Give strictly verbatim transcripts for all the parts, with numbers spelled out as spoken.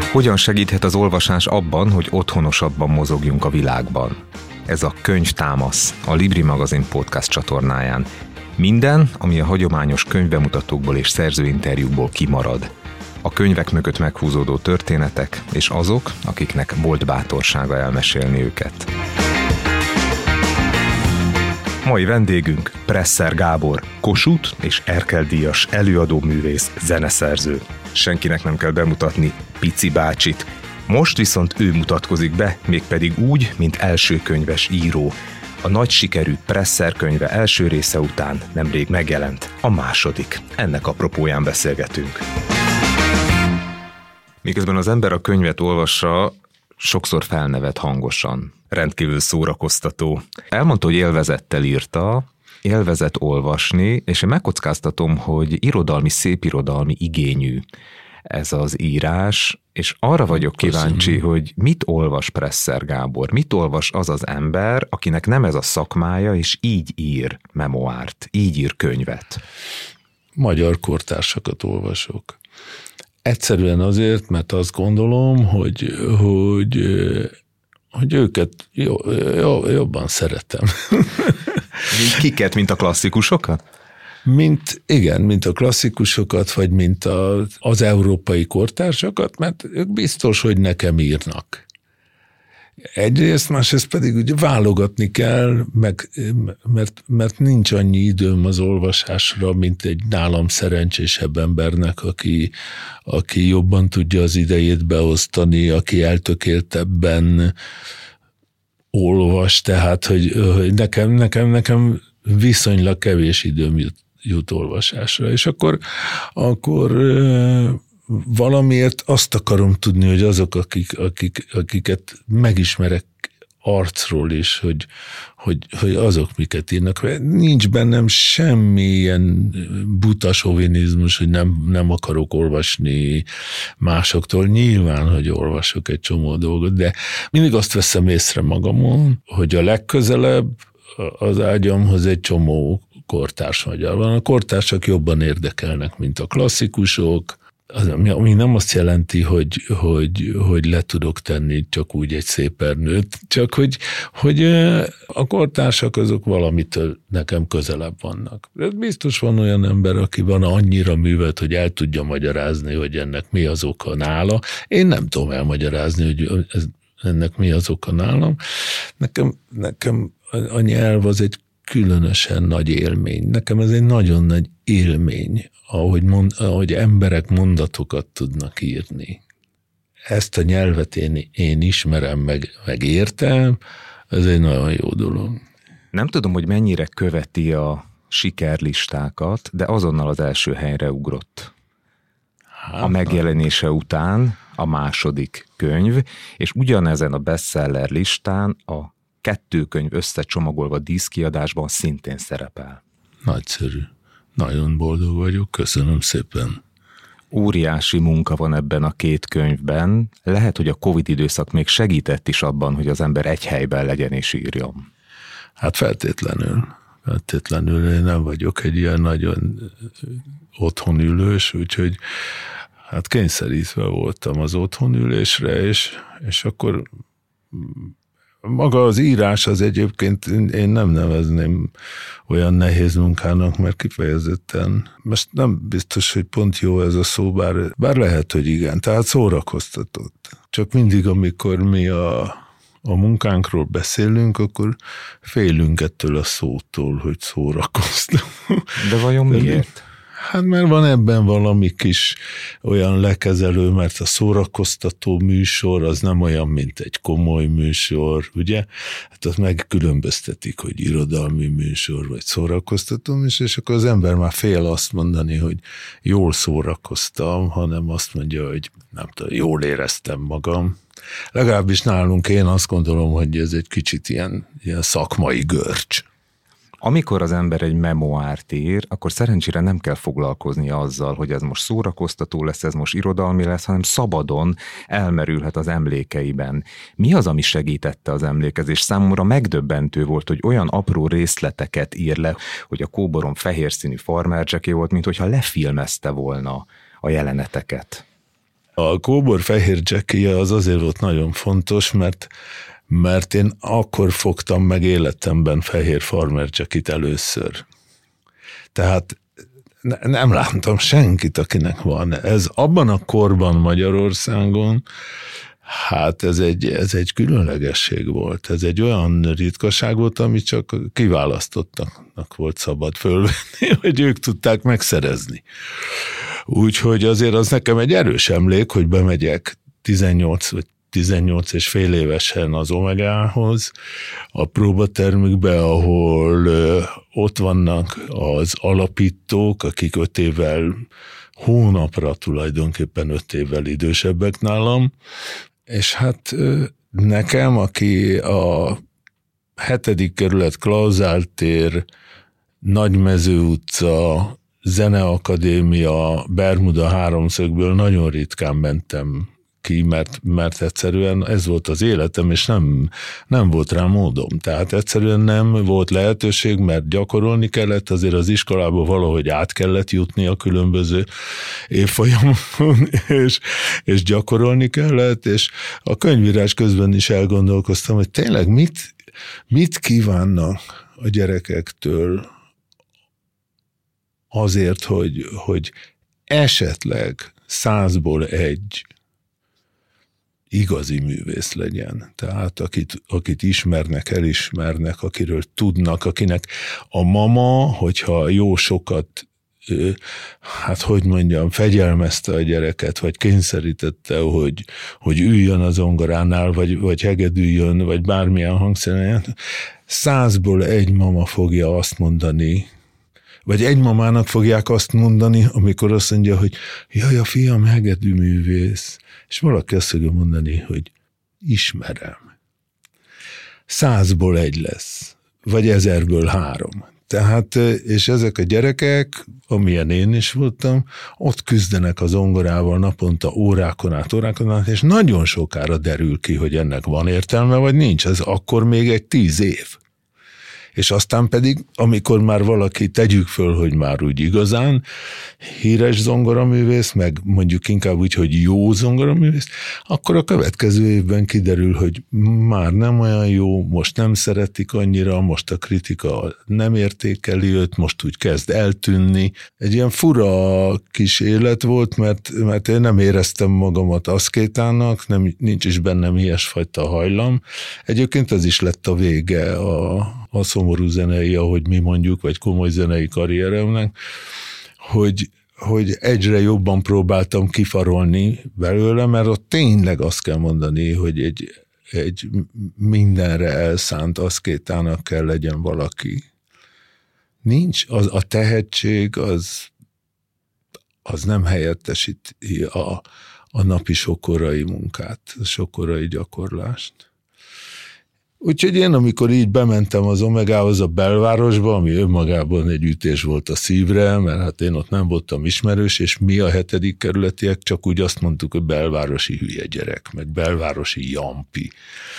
Hogyan segíthet az olvasás abban, hogy otthonosabban mozogjunk a világban? Ez a Könyvtámasz, a Libri Magazin podcast csatornáján. Minden, ami a hagyományos könyvbemutatókból és szerzőinterjúkból kimarad. A könyvek mögött meghúzódó történetek, és azok, akiknek volt bátorsága elmesélni őket. Mai vendégünk Presser Gábor, Kossuth és Erkel-díjas előadóművész, zeneszerző. Senkinek nem kell bemutatni Pici bácsit. Most viszont ő mutatkozik be, mégpedig úgy, mint elsőkönyves író. A nagy sikerű Presser könyve első része után nemrég megjelent a második. Ennek apropóján beszélgetünk. Miközben az ember a könyvet olvassa, sokszor felnevet hangosan. Rendkívül szórakoztató. Elmondta, hogy élvezettel írta, élvezett olvasni, és én megkockáztatom, hogy irodalmi, szépirodalmi igényű ez az írás, és arra vagyok kíváncsi, Köszönöm. hogy mit olvas Presser Gábor, mit olvas az az ember, akinek nem ez a szakmája, és így ír memoárt, így ír könyvet. Magyar kortársakat olvasok. Egyszerűen azért, mert azt gondolom, hogy, hogy, hogy őket jobban szeretem. Kiket, mint a klasszikusokat? Mint, igen, mint a klasszikusokat, vagy mint a, az európai kortársakat, mert ők biztos, hogy nekem írnak. Egyrészt, másrészt pedig ugye válogatni kell, meg, mert, mert nincs annyi időm az olvasásra, mint egy nálam szerencsésebb embernek, aki, aki jobban tudja az idejét beosztani, aki eltökéltebben olvas, tehát, hogy, hogy nekem, nekem, nekem viszonylag kevés időm jut, jut olvasásra, és akkor, akkor valamiért azt akarom tudni, hogy azok, akik, akik, akiket megismerek arcról is, hogy, hogy, hogy azok miket írnak. Nincs bennem semmilyen buta sovinizmus, hogy nem, nem akarok olvasni másoktól. Nyilván, hogy olvasok egy csomó dolgot, de mindig azt veszem észre magamon, hogy a legközelebb az ágyamhoz egy csomó kortárs magyar van. A kortársak jobban érdekelnek, mint a klasszikusok, az, ami nem azt jelenti, hogy, hogy, hogy le tudok tenni csak úgy egy szépernőt, csak hogy, hogy a kortársak azok valamitől nekem közelebb vannak. Biztos van olyan ember, aki van annyira művelt, hogy el tudja magyarázni, hogy ennek mi az oka nála. Én nem tudom elmagyarázni, hogy ez, ennek mi az oka nálam. Nekem, nekem a nyelv az egy különösen nagy élmény. Nekem ez egy nagyon nagy élmény, ahogy, mond, ahogy emberek mondatokat tudnak írni. Ezt a nyelvet én, én ismerem, meg, meg értem, ez egy nagyon jó dolog. Nem tudom, hogy mennyire követi a sikerlistákat, de azonnal az első helyre ugrott. Hát, a megjelenése után a második könyv, és ugyanezen a bestseller listán a kettő könyv összecsomagolva díszkiadásban szintén szerepel. Nagyszerű. Nagyon boldog vagyok, köszönöm szépen. Óriási munka van ebben a két könyvben. Lehet, hogy a Covid időszak még segített is abban, hogy az ember egy helyben legyen és írjon. Hát feltétlenül. Feltétlenül én nem vagyok egy ilyen nagyon otthonülős, úgyhogy hát kényszerítve voltam az otthonülésre, és, és akkor maga az írás az egyébként én nem nevezném olyan nehéz munkának, mert kifejezetten, most nem biztos, hogy pont jó ez a szó, bár, bár lehet, hogy igen, tehát szórakoztatott. Csak mindig, amikor mi a, a munkánkról beszélünk, akkor félünk ettől a szótól, hogy szórakoztunk. De vajon miért? Hát mert van ebben valami kis olyan lekezelő, mert a szórakoztató műsor az nem olyan, mint egy komoly műsor, ugye? Hát azt megkülönböztetik, hogy irodalmi műsor, vagy szórakoztató műsor, és akkor az ember már fél azt mondani, hogy jól szórakoztam, hanem azt mondja, hogy nem tudom, jól éreztem magam. Legalábbis nálunk én azt gondolom, hogy ez egy kicsit ilyen, ilyen szakmai görcs. Amikor az ember egy memoárt ír, akkor szerencsére nem kell foglalkozni azzal, hogy ez most szórakoztató lesz, ez most irodalmi lesz, hanem szabadon elmerülhet az emlékeiben. Mi az, ami segítette az emlékezés? Számomra megdöbbentő volt, hogy olyan apró részleteket ír le, hogy a kóboron fehér színű farmer jacket volt, mint hogyha lefilmezte volna a jeleneteket. A kóbor fehér dzsekije az azért volt nagyon fontos, mert, mert én akkor fogtam meg életemben fehér farmer dzsekit először. Tehát ne, nem láttam senkit, akinek van. Ez abban a korban Magyarországon, hát ez egy, ez egy különlegesség volt. Ez egy olyan ritkaság volt, ami csak kiválasztottaknak volt szabad fölvenni, hogy ők tudták megszerezni. Úgyhogy azért az nekem egy erős emlék, hogy bemegyek tizennyolc vagy tizennyolc és fél évesen az Omegához, a próbatermükbe, ahol ö, ott vannak az alapítók, akik öt évvel, hónapra tulajdonképpen öt évvel idősebbek nálam, és hát ö, nekem, aki a hetedik kerület Klauzál tér, Nagymező utca, Zeneakadémia, Bermuda háromszögből nagyon ritkán mentem ki, mert, mert egyszerűen ez volt az életem, és nem, nem volt rá módom. Tehát egyszerűen nem volt lehetőség, mert gyakorolni kellett, azért az iskolából valahogy át kellett jutni a különböző évfolyamon, és, és gyakorolni kellett, és a könyvírás közben is elgondolkoztam, hogy tényleg mit, mit kívánnak a gyerekektől azért, hogy, hogy esetleg százból egy igazi művész legyen. Tehát akit, akit ismernek, elismernek, akiről tudnak, akinek a mama, hogyha jó sokat, hát hogy mondjam, fegyelmezte a gyereket, vagy kényszerítette, hogy, hogy üljön az zongoránál, vagy, vagy hegedüljön, vagy bármilyen hangszeren, százból egy mama fogja azt mondani, vagy egy mamának fogják azt mondani, amikor azt mondja, hogy jaj, a fiam hegedűművész, és valaki azt fogja mondani, hogy ismerem. Százból egy lesz, vagy ezerből három. Tehát, és ezek a gyerekek, amilyen én is voltam, ott küzdenek az zongorával naponta órákon át, órákon át, és nagyon sokára derül ki, hogy ennek van értelme, vagy nincs. Ez akkor még egy tíz év. És aztán pedig, amikor már valaki, tegyük föl, hogy már úgy igazán híres zongoraművész, meg mondjuk inkább úgy, hogy jó zongoraművész, akkor a következő évben kiderül, hogy már nem olyan jó, most nem szeretik annyira, most a kritika nem értékeli őt, most úgy kezd eltűnni. Egy ilyen fura kis élet volt, mert, mert én nem éreztem magamat aszkétának, nem, nincs is bennem ilyesfajta hajlam. Egyébként ez is lett a vége a, a szomorú zenei, ahogy mi mondjuk, vagy komoly zenei karrieremnek, hogy, hogy egyre jobban próbáltam kifarolni belőle, mert ott tényleg azt kell mondani, hogy egy, egy mindenre elszánt aszkétának kell legyen valaki. Nincs, az, a tehetség az, az nem helyettesíti a, a napi sokorai munkát, a sokorai gyakorlást. Úgyhogy én, amikor így bementem az Omegához a belvárosba, ami önmagában egy ütés volt a szívre, mert hát én ott nem voltam ismerős, és mi a hetedik kerületiek csak úgy azt mondtuk, hogy belvárosi hülye gyerek, meg belvárosi jampi.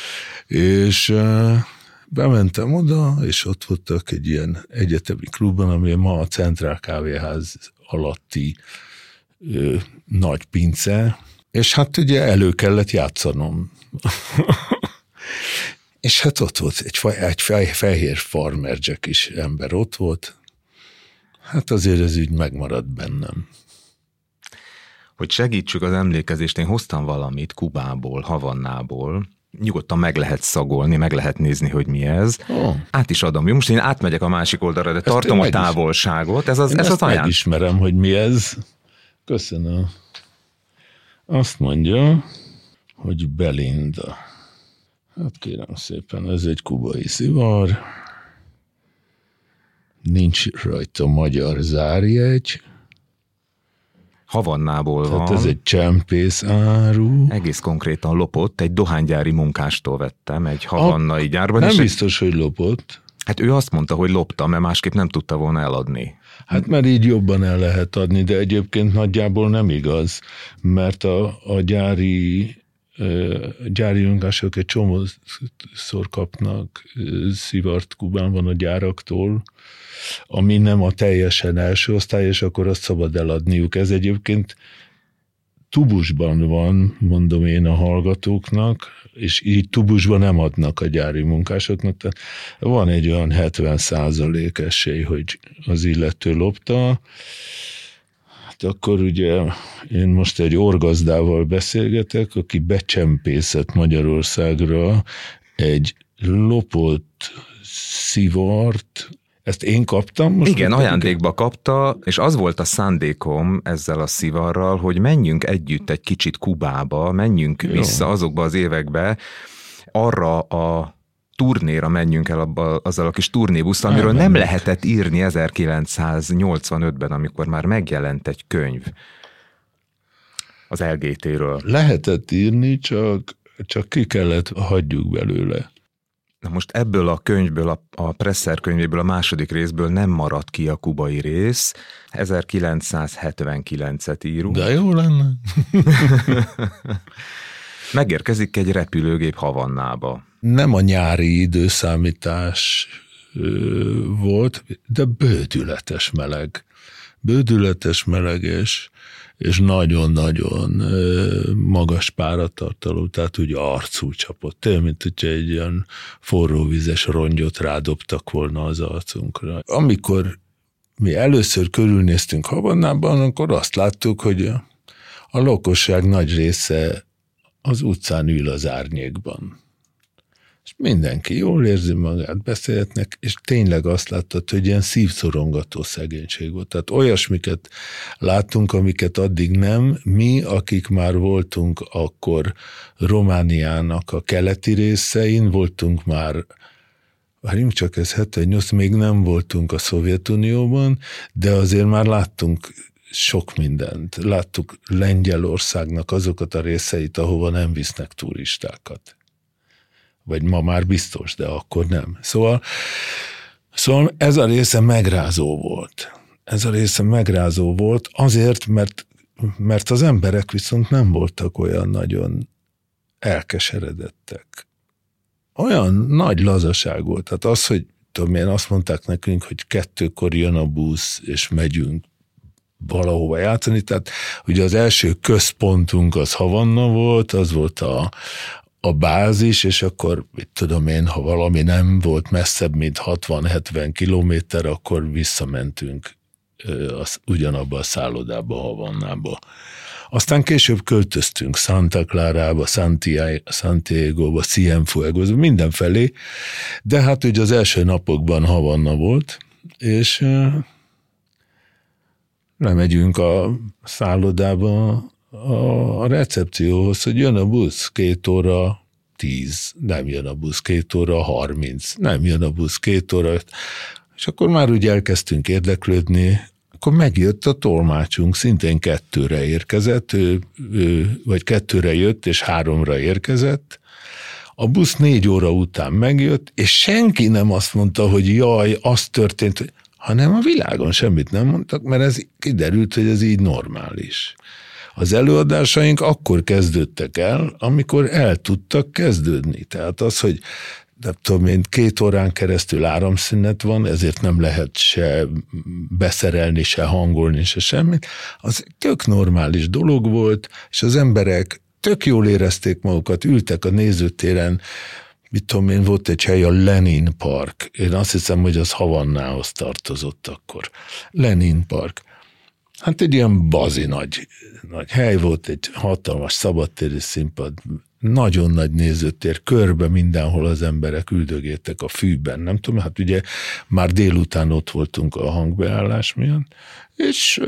És uh, bementem oda, és ott voltak egy ilyen egyetemi klubban, ami ma a Centrál Kávéház alatti uh, nagy pince, és hát ugye elő kellett játszanom. És hát ott volt egy, egy fehér farmer jack is ember ott volt. Hát azért ez így megmaradt bennem. Hogy segítsük az emlékezést, én hoztam valamit Kubából, Havannából. Nyugodtan meg lehet szagolni, meg lehet nézni, hogy mi ez. Oh. Át is adom. Most én átmegyek a másik oldalra, de ezt tartom a távolságot. Ez az, ez az ajánl. Megismerem, hogy mi ez. Köszönöm. Azt mondja, hogy Belinda. Hát kérem szépen, ez egy kubai szivar. Nincs rajta magyar zárjegy. Havannából Tehát van. Tehát ez egy csempész áru. Egész konkrétan lopott, egy dohánygyári munkástól vettem, egy havannai a, gyárban. Nem biztos, egy... hogy lopott. Hát ő azt mondta, hogy lopta, mert másképp nem tudta volna eladni. Hát mert így jobban el lehet adni, de egyébként nagyjából nem igaz, mert a, a gyári gyári munkások egy csomószor kapnak szivart Kubánban a gyáraktól, ami nem a teljesen első osztály, és akkor azt szabad eladniuk. Ez egyébként tubusban van, mondom én a hallgatóknak, és így tubusban nem adnak a gyári munkásoknak, tehát van egy olyan hetven százalék esély, hogy az illető lopta. Hát akkor ugye én most egy orgazdával beszélgetek, aki becsempészett Magyarországra egy lopott szivart. Ezt én kaptam? Most igen, ajándékba kapta, és az volt a szándékom ezzel a szivarral, hogy menjünk együtt egy kicsit Kubába, menjünk Jó. vissza azokba az évekbe, arra a turnéra menjünk el abba, azzal a kis turnébusszal, amiről nem lehetett írni ezerkilencszáznyolcvanötben, amikor már megjelent egy könyv az el gé té-ről. Lehetett írni, csak, csak ki kellett hagyjuk belőle. Na most ebből a könyvből, a, a Presser könyvéből, a második részből nem maradt ki a kubai rész. ezerkilencszázhetvenkilencet írunk. De jó lenne. Megérkezik egy repülőgép Havannába. Nem a nyári időszámítás ö, volt, de bődületes meleg. Bődületes meleg, és, és nagyon-nagyon ö, magas páratartaló, tehát úgy arcul csapott. Tényleg, mint hogyha egy ilyen forróvizes rongyot rádobtak volna az arcunkra. Amikor mi először körülnéztünk Havannában, akkor azt láttuk, hogy a, a lakosság nagy része az utcán ül az árnyékban. És mindenki jól érzi magát, beszélhetnek, és tényleg azt láttad, hogy ilyen szívszorongató szegénység volt. Tehát olyasmiket láttunk, amiket addig nem. Mi, akik már voltunk akkor Romániának a keleti részein, voltunk már, várjunk csak, ez hetvennyolc, még nem voltunk a Szovjetunióban, de azért már láttunk sok mindent. Láttuk Lengyelországnak azokat a részeit, ahova nem visznek turistákat. Vagy ma már biztos, de akkor nem. Szóval, szóval ez a része megrázó volt. Ez a része megrázó volt azért, mert, mert az emberek viszont nem voltak olyan nagyon elkeseredettek. Olyan nagy lazaság volt. Tehát az, hogy tudom én, azt mondták nekünk, hogy kettőkor jön a busz, és megyünk valahova játszani. Tehát ugye az első központunk az Havanna volt, az volt a, a bázis, és akkor, mit tudom én, ha valami nem volt messzebb, mint hatvan-hetven kilométer, akkor visszamentünk az, ugyanabba a szállodába, Havannába. Aztán később költöztünk Santa Clarába, Santiago-ba, Cienfuegosba, mindenfelé, de hát ugye az első napokban Havanna volt, és lemegyünk a szállodába a recepcióhoz, hogy jön a busz két óra tíz, nem jön a busz két óra harminc, nem jön a busz két óra öt, és akkor már úgy elkezdtünk érdeklődni, akkor megjött a tolmácsunk, szintén kettőre érkezett, ő, ő, vagy kettőre jött, és háromra érkezett. A busz négy óra után megjött, és senki nem azt mondta, hogy jaj, az történt, hogy hanem a világon semmit nem mondtak, mert ez kiderült, hogy ez így normális. Az előadásaink akkor kezdődtek el, amikor el tudtak kezdődni. Tehát az, hogy de tudom én, két órán keresztül áramszünet van, ezért nem lehet se beszerelni, se hangolni, se semmit, az tök normális dolog volt, és az emberek tök jól érezték magukat, ültek a nézőtéren, mit tudom én, volt egy hely, a Lenin Park. Én azt hiszem, hogy az Havannához tartozott akkor. Lenin Park. Hát egy ilyen bazi nagy, nagy hely volt, egy hatalmas szabadtéri színpad, nagyon nagy nézőtér, körbe mindenhol az emberek üldögéltek a fűben, nem tudom, hát ugye már délután ott voltunk a hangbeállás miatt, és,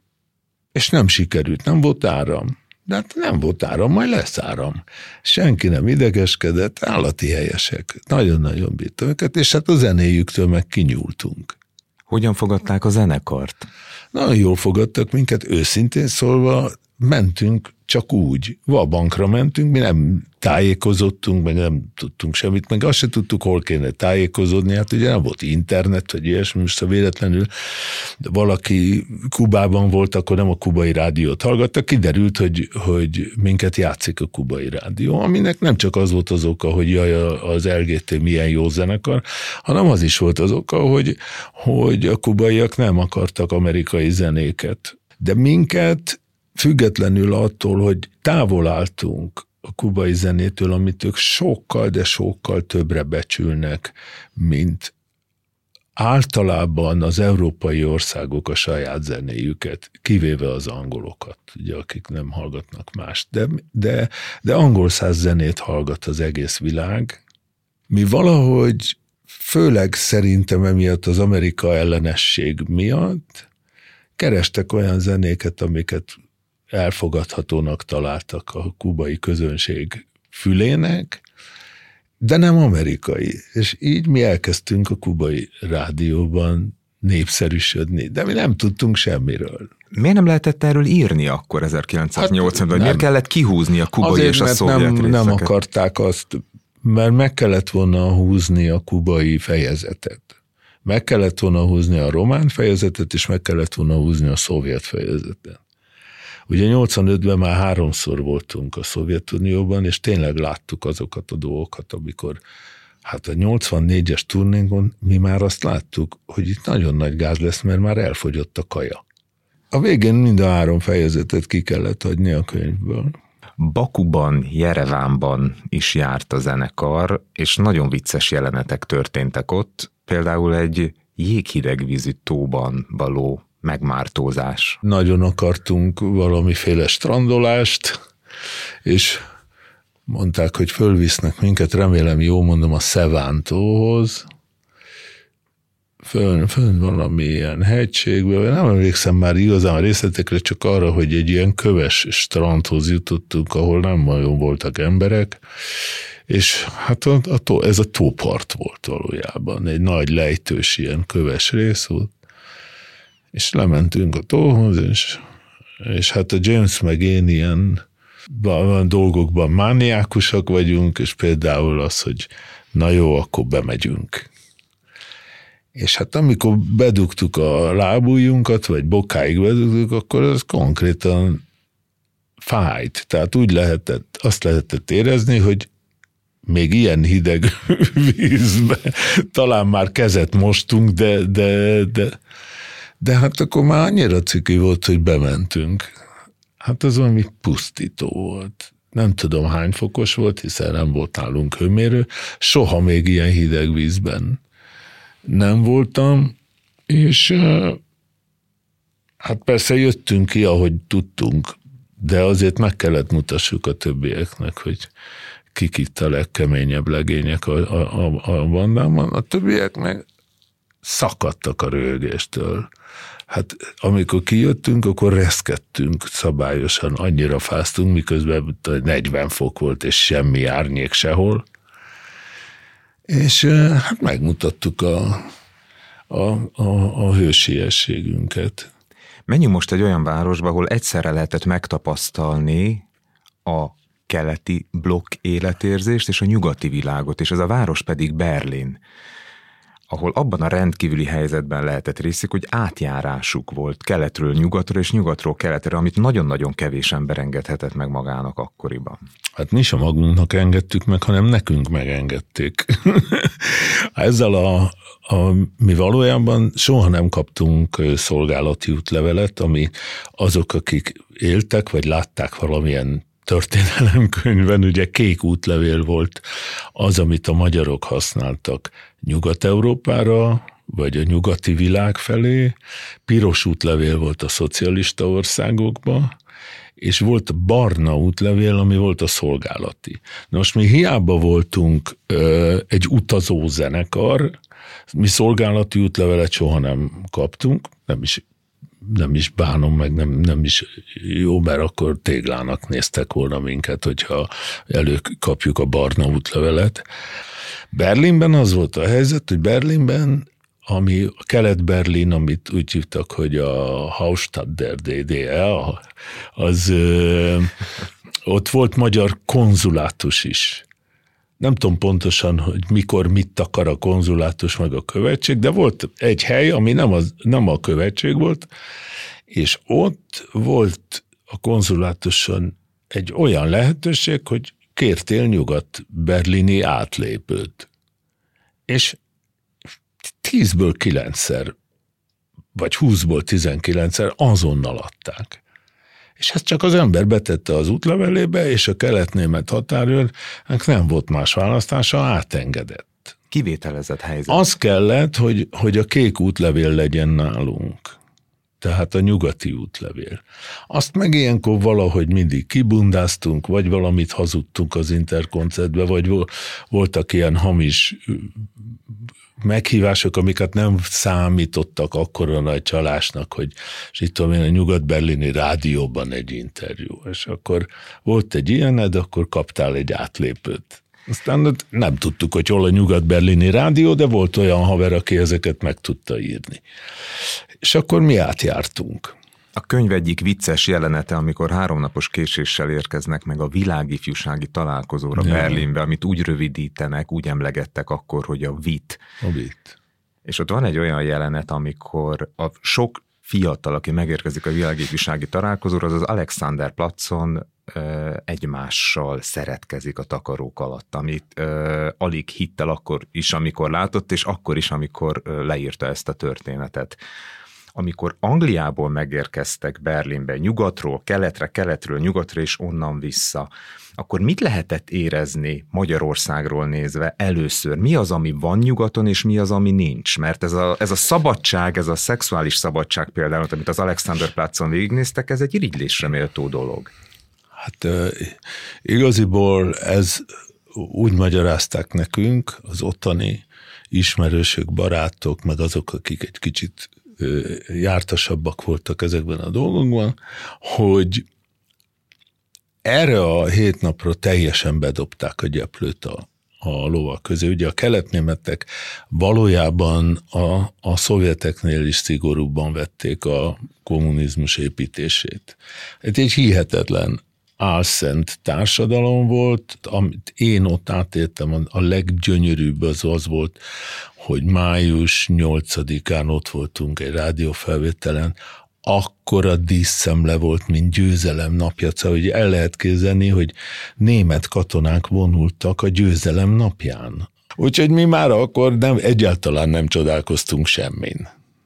és nem sikerült, nem volt áram. De hát nem volt áram, majd lesz áram. Senki nem idegeskedett, állati helyesek. Nagyon-nagyon bírtam őket, és hát a zenéjüktől meg kinyúltunk. Hogyan fogadták a zenekart? Nagyon jól fogadtak minket, őszintén szólva, mentünk csak úgy, vabankra mentünk, mi nem tájékozottunk, meg nem tudtunk semmit, meg azt se tudtuk, hol kéne tájékozódni, hát ugye nem volt internet, vagy ilyesmi, most ha véletlenül valaki Kubában volt, akkor nem a kubai rádiót hallgatta, kiderült, hogy, hogy minket játszik a kubai rádió, aminek nem csak az volt az oka, hogy jaj, az el gé té milyen jó zenekar, hanem az is volt az oka, hogy, hogy a kubaiak nem akartak amerikai zenéket. De minket függetlenül attól, hogy távol álltunk a kubai zenétől, amit ők sokkal, de sokkal többre becsülnek, mint általában az európai országok a saját zenéjüket, kivéve az angolokat, ugye, akik nem hallgatnak mást, de, de, de angol száz zenét hallgat az egész világ. Mi valahogy, főleg szerintem emiatt az Amerika ellenesség miatt kerestek olyan zenéket, amiket elfogadhatónak találtak a kubai közönség fülének, de nem amerikai. És így mi elkezdtünk a kubai rádióban népszerűsödni, de mi nem tudtunk semmiről. Miért nem lehetett erről írni akkor ezerkilencszáznyolcvanban? Hát, miért kellett kihúzni a kubai azért, és a szovjet nem, részeket? nem akarták azt, mert meg kellett volna húzni a kubai fejezetet. Meg kellett volna húzni a román fejezetet, és meg kellett volna húzni a szovjet fejezetet. Ugye nyolcvanötben már háromszor voltunk a Szovjetunióban, és tényleg láttuk azokat a dolgokat, amikor hát a nyolcvannégyes turnénkon mi már azt láttuk, hogy itt nagyon nagy gáz lesz, mert már elfogyott a kaja. A végén mind a három fejezetet ki kellett adni a könyvből. Bakuban, Jerevánban is járt a zenekar, és nagyon vicces jelenetek történtek ott, például egy jéghideg vízű tóban való megmártózás. Nagyon akartunk valamiféle strandolást, és mondták, hogy fölvisznek minket, remélem jó mondom, a Szevántóhoz. Fönn, fönn valami ilyen hegységben, nem emlékszem már igazán a részletekre, csak arra, hogy egy ilyen köves strandhoz jutottunk, ahol nem nagyon voltak emberek, és hát a, a tó, ez a tópart volt valójában, egy nagy lejtős ilyen köves rész volt, és lementünk a tóhoz, és, és hát a James meg én ilyen dolgokban mániákusak vagyunk, és például az, hogy na jó, akkor bemegyünk. És hát amikor bedugtuk a lábujjunkat, vagy bokáig bedugtuk, akkor az konkrétan fájt. Tehát úgy lehetett, azt lehetett érezni, hogy még ilyen hideg vízbe talán már kezet mostunk, de, de, de, de hát akkor már annyira ciki volt, hogy bementünk. Hát az valami pusztító volt. Nem tudom hány fokos volt, hiszen nem volt nálunk hőmérő. Soha még ilyen hideg vízben nem voltam, és hát persze jöttünk ki, ahogy tudtunk, de azért meg kellett mutassuk a többieknek, hogy kik itt a legkeményebb legények a, a, a bandában. A többiek meg szakadtak a röhögéstől. Hát amikor kijöttünk, akkor reszkedtünk szabályosan, annyira fáztunk, miközben negyven fok volt, és semmi árnyék sehol. És hát megmutattuk a, a, a, a hősiességünket. Menjünk most egy olyan városba, ahol egyszerre lehetett megtapasztalni a keleti blokk életérzést és a nyugati világot, és ez a város pedig Berlin, ahol abban a rendkívüli helyzetben lehetett részük, hogy átjárásuk volt keletről nyugatra és nyugatról keletre, amit nagyon-nagyon kevés ember engedhetett meg magának akkoriban. Hát mi sem magunknak engedtük meg, hanem nekünk megengedték. Ezzel a, a, mi valójában soha nem kaptunk szolgálati útlevelet, ami azok, akik éltek, vagy látták valamilyen történelemkönyvben, ugye kék útlevél volt az, amit a magyarok használtak Nyugat-Európára, vagy a nyugati világ felé, piros útlevél volt a szocialista országokba, és volt barna útlevél, ami volt a szolgálati. Na most mi hiába voltunk ö, egy utazó zenekar, mi szolgálati útlevelet soha nem kaptunk, nem is nem is bánom, meg nem, nem is jó, mert akkor téglának néztek volna minket, hogyha előkapjuk a barna útlevelet. Berlinben az volt a helyzet, hogy Berlinben, ami a Kelet-Berlin, amit úgy hívtak, hogy a Hauptstadt der dé dé er, az ö, ott volt magyar konzulátus is. Nem tudom pontosan, hogy mikor mit akar a konzulátus meg a követség, de volt egy hely, ami nem, az, nem a követség volt, és ott volt a konzulátuson egy olyan lehetőség, hogy kértél nyugat-berlini átlépőt. És tízből kilencszer, vagy húszból tizenkilencszer azonnal adták. És ezt csak az ember betette az útlevelébe, és a kelet-német határőrnek nem volt más választása, átengedett. Kivételezett helyzet. Az kellett, hogy, hogy a kék útlevél legyen nálunk. Tehát a nyugati útlevél. Azt meg ilyenkor valahogy mindig kibundáztunk, vagy valamit hazudtunk az interkoncertbe, vagy voltak ilyen hamis meghívások, amiket nem számítottak akkora nagy csalásnak, hogy és itt tudom én a nyugat-berlini rádióban egy interjú, és akkor volt egy ilyened, akkor kaptál egy átlépőt. Aztán nem tudtuk, hogy hol a nyugat-berlini rádió, de volt olyan haver, aki ezeket meg tudta írni. És akkor mi átjártunk. A könyv egyik vicces jelenete, amikor háromnapos késéssel érkeznek meg a világifjúsági találkozóra ja. Berlinbe, amit úgy rövidítenek, úgy emlegettek akkor, hogy a vit. A vit. És ott van egy olyan jelenet, amikor a sok fiatal, aki megérkezik a világifjúsági találkozóra, az az Alexanderplatz-on ö, egymással szeretkezik a takarók alatt, amit ö, alig hitt el akkor is, amikor látott, és akkor is, amikor ö, leírta ezt a történetet. Amikor Angliából megérkeztek Berlinbe, nyugatról, keletre, keletről, nyugatra és onnan vissza, akkor mit lehetett érezni Magyarországról nézve először? Mi az, ami van nyugaton, és mi az, ami nincs? Mert ez a, ez a szabadság, ez a szexuális szabadság például, amit az Alexanderplatz-on végignéztek, ez egy irigylésre méltó dolog. Hát igaziból ez úgy magyarázták nekünk, az ottani ismerősök, barátok, meg azok, akik egy kicsit jártasabbak voltak ezekben a dolgokban, hogy erre a hét napra teljesen bedobták a gyeplőt a, a lovak közé. Ugye a keletnémetek valójában a, a szovjeteknél is szigorúbban vették a kommunizmus építését. Ez egy hihetetlen álszent társadalom volt, amit én ott átéltem, a leggyönyörűbb az az volt, hogy május nyolcadikán ott voltunk egy rádiófelvételen, akkora díszszemle volt, mint győzelem napja, szóval hogy el lehet képzelni, hogy német katonák vonultak a győzelem napján. Úgyhogy mi már akkor nem, egyáltalán nem csodálkoztunk semmin.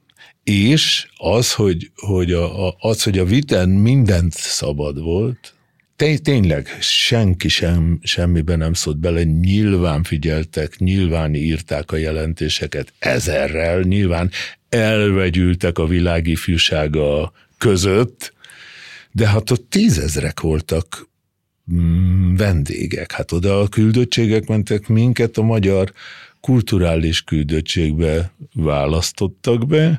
És az, hogy, hogy a, az, hogy a viten mindent szabad volt, tényleg senki sem, semmiben nem szólt bele, nyilván figyeltek, nyilván írták a jelentéseket ezerrel, nyilván elvegyültek a világ ifjúsága között, de hát ott tízezrek voltak vendégek. Hát oda a küldöttségek mentek, minket a magyar kulturális küldöttségbe választottak be,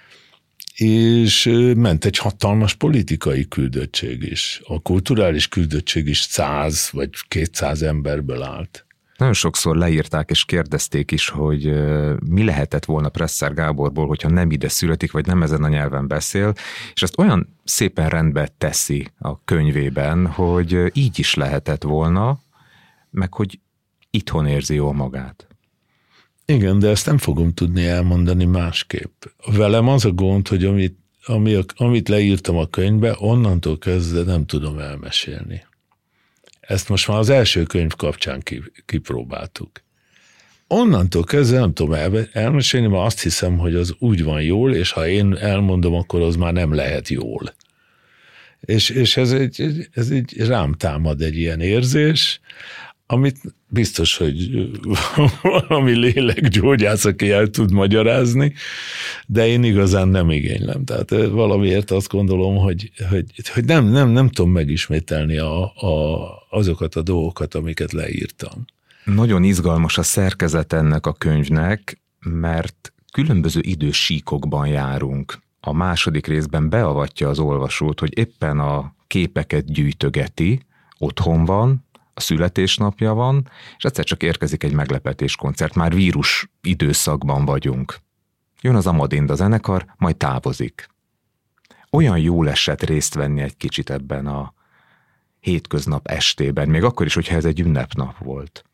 és ment egy hatalmas politikai küldöttség is. A kulturális küldöttség is száz vagy kétszáz emberből állt. Nagyon sokszor leírták és kérdezték is, hogy mi lehetett volna Presser Gáborból, hogyha nem ide születik, vagy nem ezen a nyelven beszél, és ezt olyan szépen rendbe teszi a könyvében, hogy így is lehetett volna, meg hogy itthon érzi jól magát. Igen, de ezt nem fogom tudni elmondani másképp. Velem az a gond, hogy amit, ami, amit leírtam a könyvbe, onnantól kezdve nem tudom elmesélni. Ezt most már az első könyv kapcsán kipróbáltuk. Onnantól kezdve nem tudom el, elmesélni, mert azt hiszem, hogy az úgy van jól, és ha én elmondom, akkor az már nem lehet jól. És, és ez, egy, ez egy rám támad egy ilyen érzés, amit biztos, hogy valami lélekgyógyász, aki el tud magyarázni, de én igazán nem igénylem. Tehát valamiért azt gondolom, hogy, hogy, hogy nem, nem, nem tudom megismételni a, a, azokat a dolgokat, amiket leírtam. Nagyon izgalmas a szerkezet ennek a könyvnek, mert különböző idősíkokban járunk. A második részben beavatja az olvasót, hogy éppen a képeket gyűjtögeti, otthon van, a születésnapja van, és egyszer csak érkezik egy meglepetéskoncert, már vírus időszakban vagyunk. Jön az Amadinda zenekar, majd távozik. Olyan jól esett részt venni egy kicsit ebben a hétköznap estében, még akkor is, hogyha ez egy ünnepnap volt.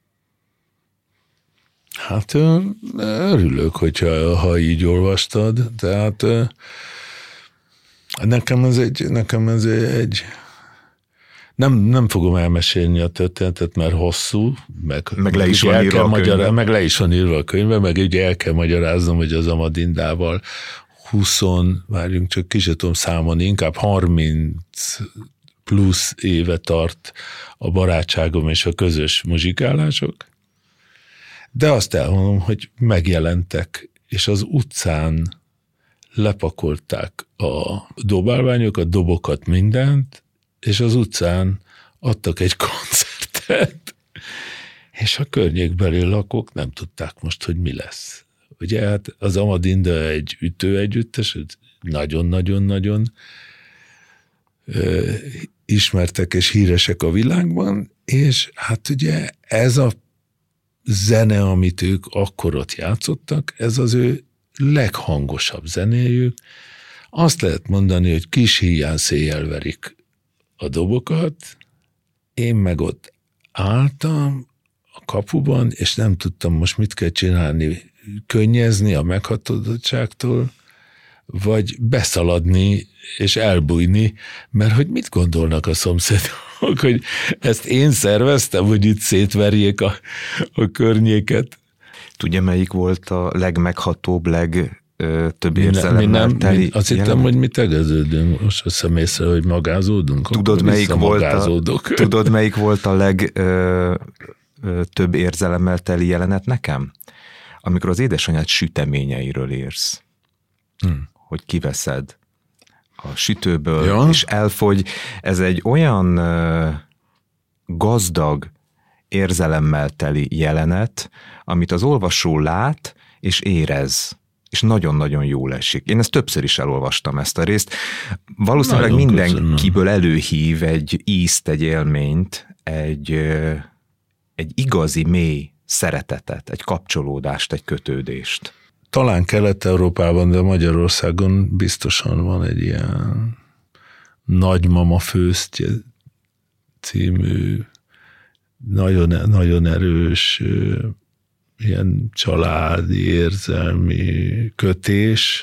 Hát örülök, hogyha ha így olvastad, tehát nekem ez egy, nekem ez egy Nem, nem fogom elmesélni a történetet, mert hosszú, meg, meg, le, is van írva magyará- meg le is van írva a könyvbe, meg ugye el kell magyaráznom, hogy az Amadindával húsz, várjunk csak, ki sem tudom számolni, inkább harminc plusz éve tart a barátságom és a közös muzsikálások, de azt elmondom, hogy megjelentek, és az utcán lepakolták a dobálványokat, dobokat, mindent, és az utcán adtak egy koncertet, és a környékbeli lakók nem tudták most, hogy mi lesz. Ugye hát az Amadinda egy ütőegyüttes, nagyon-nagyon-nagyon ismertek és híresek a világban, és hát ugye ez a zene, amit ők akkor ott játszottak, ez az ő leghangosabb zenéjük. Azt lehet mondani, hogy kis híján széjjel verik a dobokat, én meg ott álltam a kapuban, és nem tudtam most mit kell csinálni, könnyezni a meghatodottságtól, vagy beszaladni és elbújni, mert hogy mit gondolnak a szomszédok, hogy ezt én szerveztem, hogy itt szétverjék a, a környéket. Tudja, melyik volt a legmeghatóbb, legtöbb érzelemmel teli? Azt hittem, hogy mi tegeződünk, most azt hiszem észre, hogy magázódunk. Tudod, melyik volt a, tudod, melyik volt a legtöbb érzelemmel teli jelenet nekem? Amikor az édesanyád süteményeiről írsz, hmm. hogy kiveszed a sütőből, ja. és elfogy. Ez egy olyan uh, gazdag érzelemmel teli jelenet, amit az olvasó lát és érez, és nagyon-nagyon jól esik. Én ezt többször is elolvastam, ezt a részt. Valószínűleg nagyon mindenkiből előhív egy ízt, egy élményt, egy, uh, egy igazi, mély szeretetet, egy kapcsolódást, egy kötődést. Talán Kelet-Európában, de Magyarországon biztosan van egy ilyen Nagymama főztje című nagyon, nagyon erős ilyen családi, érzelmi kötés,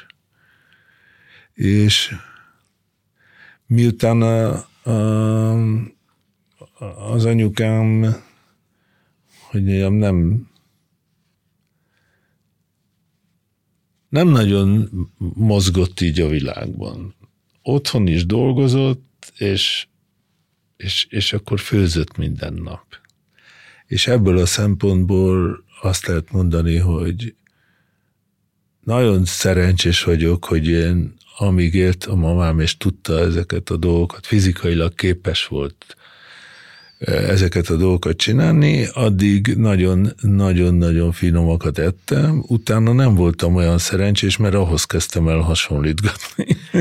és miután a, a, az anyukám, hogy mondjam, nem nem nagyon mozgott így a világban. Otthon is dolgozott, és, és, és akkor főzött minden nap. És ebből a szempontból azt lehet mondani, hogy nagyon szerencsés vagyok, hogy én amíg élt a mamám, és tudta ezeket a dolgokat, fizikailag képes volt ezeket a dolgokat csinálni, addig nagyon-nagyon finomakat ettem, utána nem voltam olyan szerencsés, mert ahhoz kezdtem el hasonlítgatni.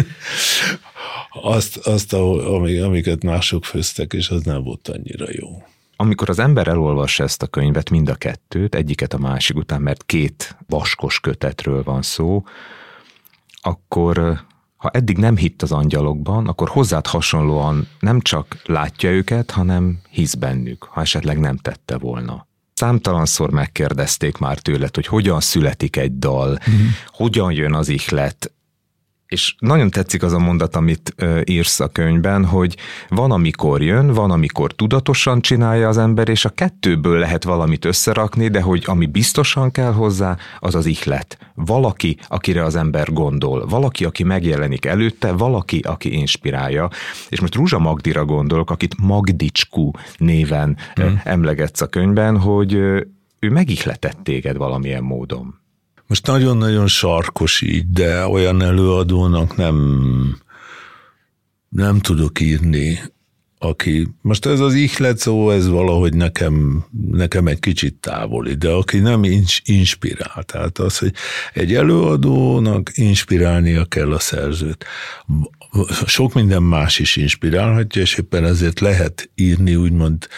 azt, azt amiket mások főztek, és az nem volt annyira jó. Amikor az ember elolvassa ezt a könyvet, mind a kettőt, egyiket a másik után, mert két vaskos kötetről van szó, akkor ha eddig nem hitt az angyalokban, akkor hozzád hasonlóan nem csak látja őket, hanem hisz bennük, ha esetleg nem tette volna. Számtalanszor megkérdezték már tőled, hogy hogyan születik egy dal, mm. hogyan jön az ihlet, és nagyon tetszik az a mondat, amit írsz a könyvben, hogy van, amikor jön, van, amikor tudatosan csinálja az ember, és a kettőből lehet valamit összerakni, de hogy ami biztosan kell hozzá, az az ihlet. Valaki, akire az ember gondol, valaki, aki megjelenik előtte, valaki, aki inspirálja. És most Ruzsa Magdira gondolok, akit Magdicskú néven hmm. emlegetsz a könyvben, hogy ő megihletett téged valamilyen módon. Most nagyon-nagyon sarkos így, de olyan előadónak nem, nem tudok írni, aki, most ez az ihlet szó, ez valahogy nekem, nekem egy kicsit távoli, de aki nem inspirál, tehát az, hogy egy előadónak inspirálnia kell a szerzőt. Sok minden más is inspirálhatja, és éppen ezért lehet írni úgymond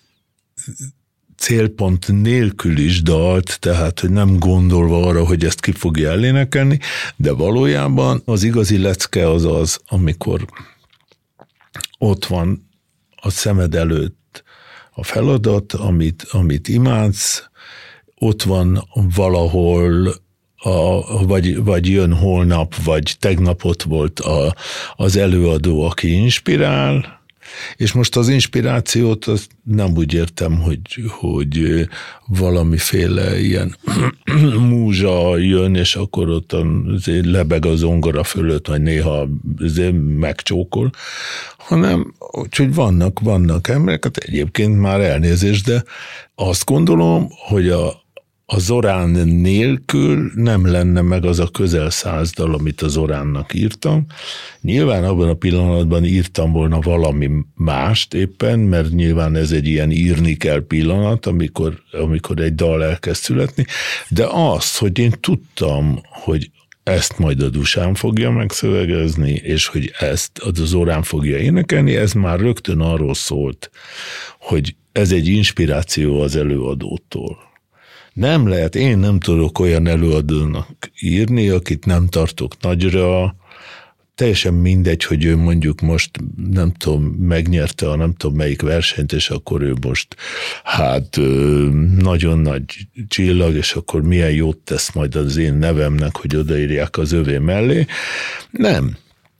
célpont nélkül is dalt, tehát, hogy nem gondolva arra, hogy ezt ki fogja elénekelni, de valójában az igazi lecke az az, amikor ott van a szemed előtt a feladat, amit, amit imádsz, ott van valahol, a, vagy, vagy jön holnap, vagy tegnap ott volt a, az előadó, aki inspirál, És most az inspirációt azt nem úgy értem, hogy, hogy valamiféle ilyen múzsa jön, és akkor ott lebeg a zongora fölött, vagy néha megcsókol, hanem hogy vannak, vannak emberek, hát egyébként már elnézést, de azt gondolom, hogy a A Zorán nélkül nem lenne meg az a közel száz dal, amit a Zoránnak írtam. Nyilván abban a pillanatban írtam volna valami mást éppen, mert nyilván ez egy ilyen írni kell pillanat, amikor, amikor egy dal elkezd születni, de az, hogy én tudtam, hogy ezt majd a Dusán fogja megszövegezni, és hogy ezt a Zorán fogja énekelni, ez már rögtön arról szólt, hogy ez egy inspiráció az előadótól. Nem lehet, én nem tudok olyan előadónak írni, akit nem tartok nagyra, teljesen mindegy, hogy ő mondjuk most nem tudom, megnyerte a nem tudom melyik versenyt, és akkor ő most hát nagyon nagy csillag, és akkor milyen jót tesz majd az én nevemnek, hogy odaírják az övé mellé. Nem.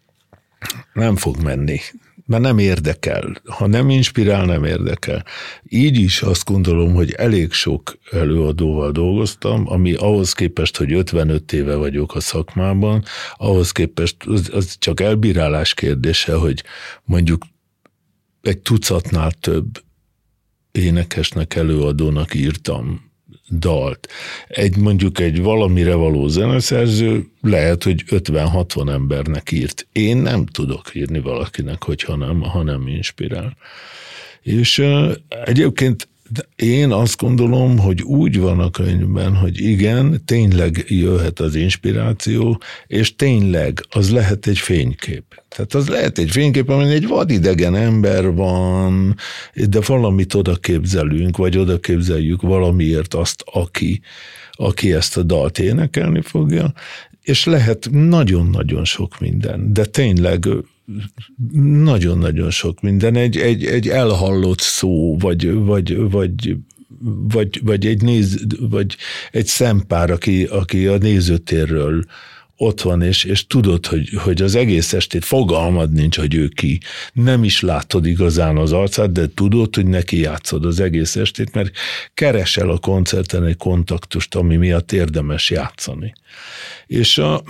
Nem fog menni. Mert nem érdekel. Ha nem inspirál, nem érdekel. Így is azt gondolom, hogy elég sok előadóval dolgoztam, ami ahhoz képest, hogy ötvenöt éve vagyok a szakmában, ahhoz képest az, az csak elbírálás kérdése, hogy mondjuk egy tucatnál több énekesnek, előadónak írtam dalt. Egy mondjuk egy valamire való zeneszerző lehet, hogy ötven-hatvan embernek írt. Én nem tudok írni valakinek, hogyha nem, ha nem inspirál. És uh, egyébként én azt gondolom, hogy úgy van a könyvben, hogy igen, tényleg jöhet az inspiráció, és tényleg az lehet egy fénykép. Tehát az lehet egy fénykép, amin egy vadidegen ember van, de valamit oda képzelünk, vagy oda képzeljük valamiért azt, aki, aki ezt a dalt énekelni fogja, és lehet nagyon-nagyon sok minden, de tényleg nagyon-nagyon sok minden. Egy, egy, egy elhallott szó, vagy, vagy, vagy, vagy, vagy, egy, néz, vagy egy szempár, aki, aki a nézőtérről ott van, és, és tudod, hogy, hogy az egész estét fogalmad nincs, hogy ő ki. Nem is látod igazán az arcát, de tudod, hogy neki játszod az egész estét, mert keresel a koncerten egy kontaktust, ami miatt érdemes játszani. És a,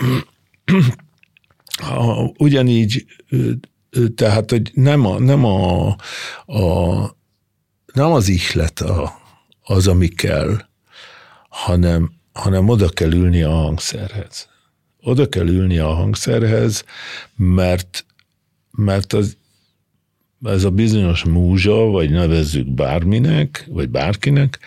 a, ugyanígy, tehát, hogy nem, a, nem, a, a, nem az ihlet a, az, ami kell, hanem, hanem oda kell ülni a hangszerhez. Oda kell ülni a hangszerhez, mert, mert az, ez a bizonyos múzsa, vagy nevezzük bárminek, vagy bárkinek,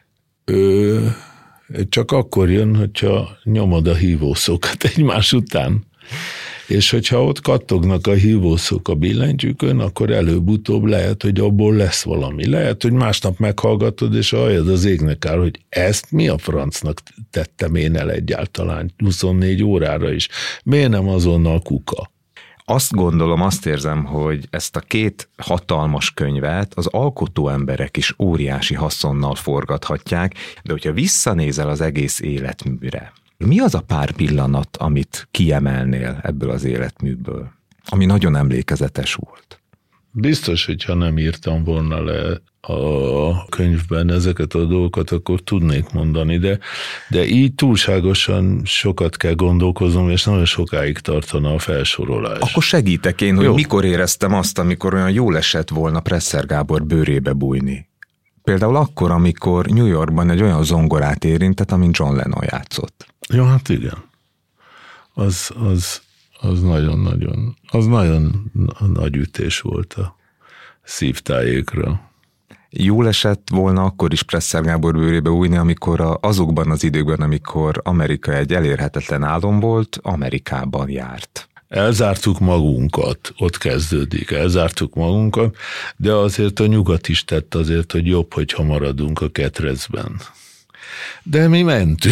ő csak akkor jön, hogyha nyomod a hívószókat egymás után. És hogyha ott kattognak a hívószók a billentyűkön, akkor előbb-utóbb lehet, hogy abból lesz valami. Lehet, hogy másnap meghallgatod, és halljad az égnek áll, hogy ezt mi a francnak tettem én el egyáltalán huszonnégy órára is. Miért nem azonnal kuka? Azt gondolom, azt érzem, hogy ezt a két hatalmas könyvet az alkotó emberek is óriási haszonnal forgathatják, de hogyha visszanézel az egész életműre, mi az a pár pillanat, amit kiemelnél ebből az életműből, ami nagyon emlékezetes volt? Biztos, hogyha nem írtam volna le a könyvben ezeket a dolgokat, akkor tudnék mondani, de, de így túlságosan sokat kell gondolkoznom, és nagyon sokáig tartana a felsorolás. Akkor segítek én, hogy Jó. mikor éreztem azt, amikor olyan jól esett volna Presser Gábor bőrébe bújni. Például akkor, amikor New Yorkban egy olyan zongorát érintett, amin John Lennon játszott. Ja, hát igen. Az, az, az nagyon-nagyon, az nagyon nagy ütés volt a szívtájékra. Jól esett volna akkor is Presser Gábor bőrébe újni, amikor a, azokban az időkben, amikor Amerika egy elérhetetlen álom volt, Amerikában járt. Elzártuk magunkat, ott kezdődik, elzártuk magunkat, de azért a nyugat is tett azért, hogy jobb, hogyha maradunk a ketrecben. De mi mentünk.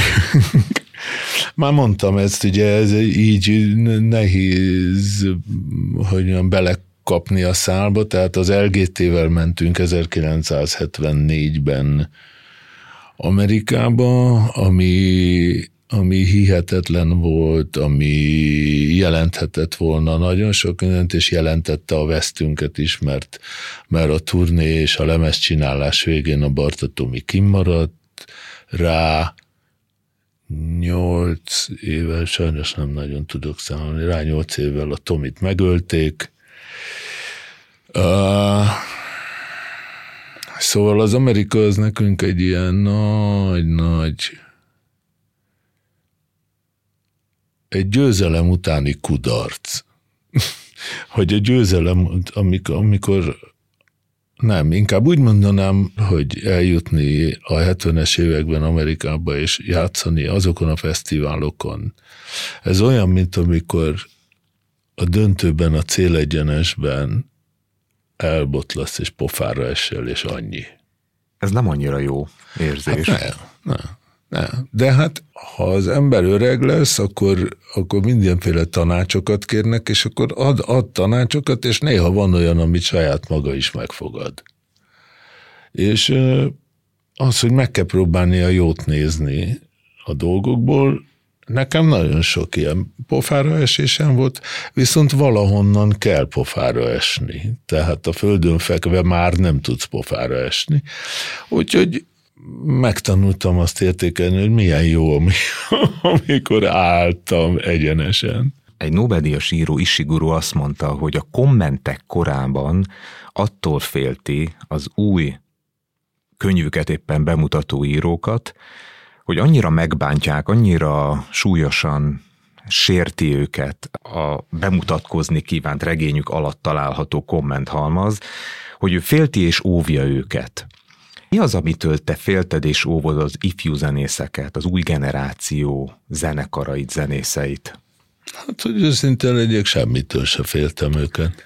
Már mondtam ezt, ugye ez így nehéz, hogy belekapni a szálba, tehát az el gé té-vel mentünk ezerkilencszázhetvennégyben Amerikába, ami ami hihetetlen volt, ami jelenthetett volna nagyon sok mindent, és jelentette a vesztünket is, mert, mert a turné és a lemezcsinálás végén a Barta Tomi kimaradt, rá nyolc évvel, sajnos nem nagyon tudok számolni, rá nyolc évvel a Tomit megölték. Uh, szóval az Amerika az nekünk egy ilyen nagy-nagy egy győzelem utáni kudarc. Hogy a győzelem, amikor, amikor nem, inkább úgy mondanám, hogy eljutni a hetvenes években Amerikába és játszani azokon a fesztiválokon. Ez olyan, mint amikor a döntőben, a célegyenesben elbotlasz és pofára esel, és annyi. Ez nem annyira jó érzés. Hát nem, nem. Nem. De hát, ha az ember öreg lesz, akkor, akkor mindenféle tanácsokat kérnek, és akkor ad, ad tanácsokat, és néha van olyan, amit saját maga is megfogad. És az, hogy meg kell próbálni a jót nézni a dolgokból, nekem nagyon sok ilyen pofára esésem volt, viszont valahonnan kell pofára esni. Tehát a földön fekve már nem tudsz pofára esni. Úgyhogy megtanultam azt értékelni, hogy milyen jó, amikor álltam egyenesen. Egy Nobel-díjas író, Ishiguro azt mondta, hogy a kommentek korában attól félti az új könyvüket éppen bemutató írókat, hogy annyira megbántják, annyira súlyosan sérti őket a bemutatkozni kívánt regényük alatt található kommenthalmaz, hogy ő félti és óvja őket. Mi az, amitől te félted és óvod az ifjú zenészeket, az új generáció zenekarait, zenészeit? Hát, hogy őszintén legyek, semmitől se féltem őket.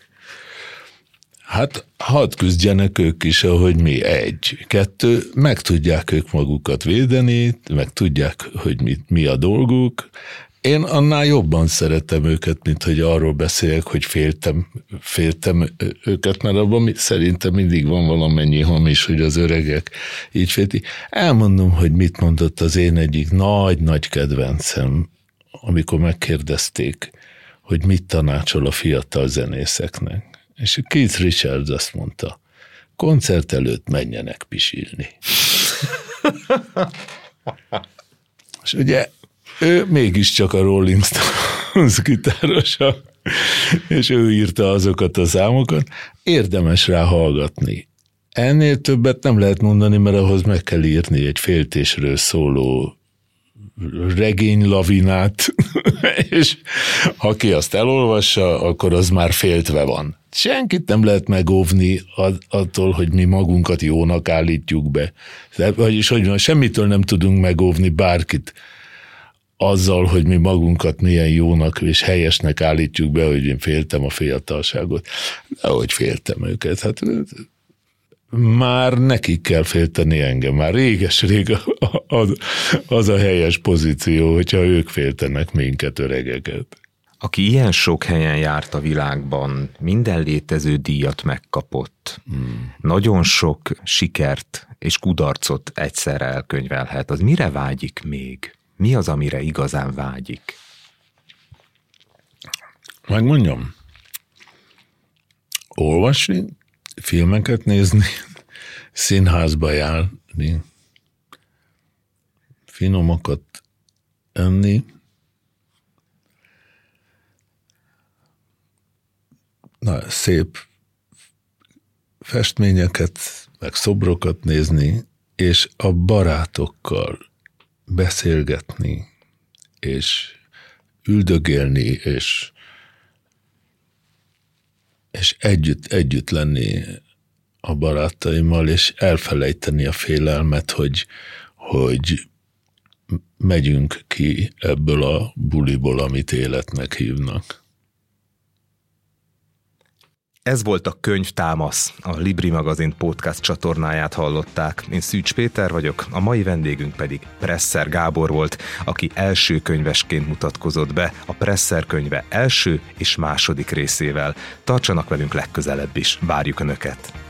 Hát, hadd küzdjenek ők is, ahogy mi. Egy. Kettő, meg tudják ők magukat védeni, meg tudják, hogy mi, mi a dolguk. Én annál jobban szeretem őket, mint hogy arról beszéljek, hogy féltem, féltem őket, mert abban szerintem mindig van valamennyi hamis, hogy az öregek így félti. Elmondom, hogy mit mondott az én egyik nagy-nagy kedvencem, amikor megkérdezték, hogy mit tanácsol a fiatal zenészeknek. És Keith Richards azt mondta, koncert előtt menjenek pisilni. És ugye ő mégiscsak a Rolling Stones gitárosa, és ő írta azokat a számokat. Érdemes rá hallgatni. Ennél többet nem lehet mondani, mert ahhoz meg kell írni egy féltésről szóló regénylavinát, és ha ki azt elolvassa, akkor az már féltve van. Senkit nem lehet megóvni attól, hogy mi magunkat jónak állítjuk be. Vagyis, hogy van, semmitől nem tudunk megóvni bárkit azzal, hogy mi magunkat milyen jónak és helyesnek állítjuk be, hogy én féltem a fiatalságot. De ahogy féltem őket, hát már nekik kell félteni engem. Már réges-rég az, az a helyes pozíció, hogyha ők féltenek minket, öregeket. Aki ilyen sok helyen járt a világban, minden létező díjat megkapott, hmm. nagyon sok sikert és kudarcot egyszerre elkönyvelhet, az mire vágyik még? Mi az, amire igazán vágyik? Megmondjam. Olvasni, filmeket nézni, színházba járni, finomakat enni, na, szép festményeket, meg szobrokat nézni, és a barátokkal beszélgetni, és üldögélni, és, és együtt, együtt lenni a barátaimmal, és elfelejteni a félelmet, hogy, hogy megyünk ki ebből a buliból, amit életnek hívnak. Ez volt a Könyvtámasz, a Libri Magazin podcast csatornáját hallották. Én Szűcs Péter vagyok, a mai vendégünk pedig Presser Gábor volt, aki első könyvesként mutatkozott be a Presser könyve első és második részével. Tartsanak velünk legközelebb is, várjuk Önöket!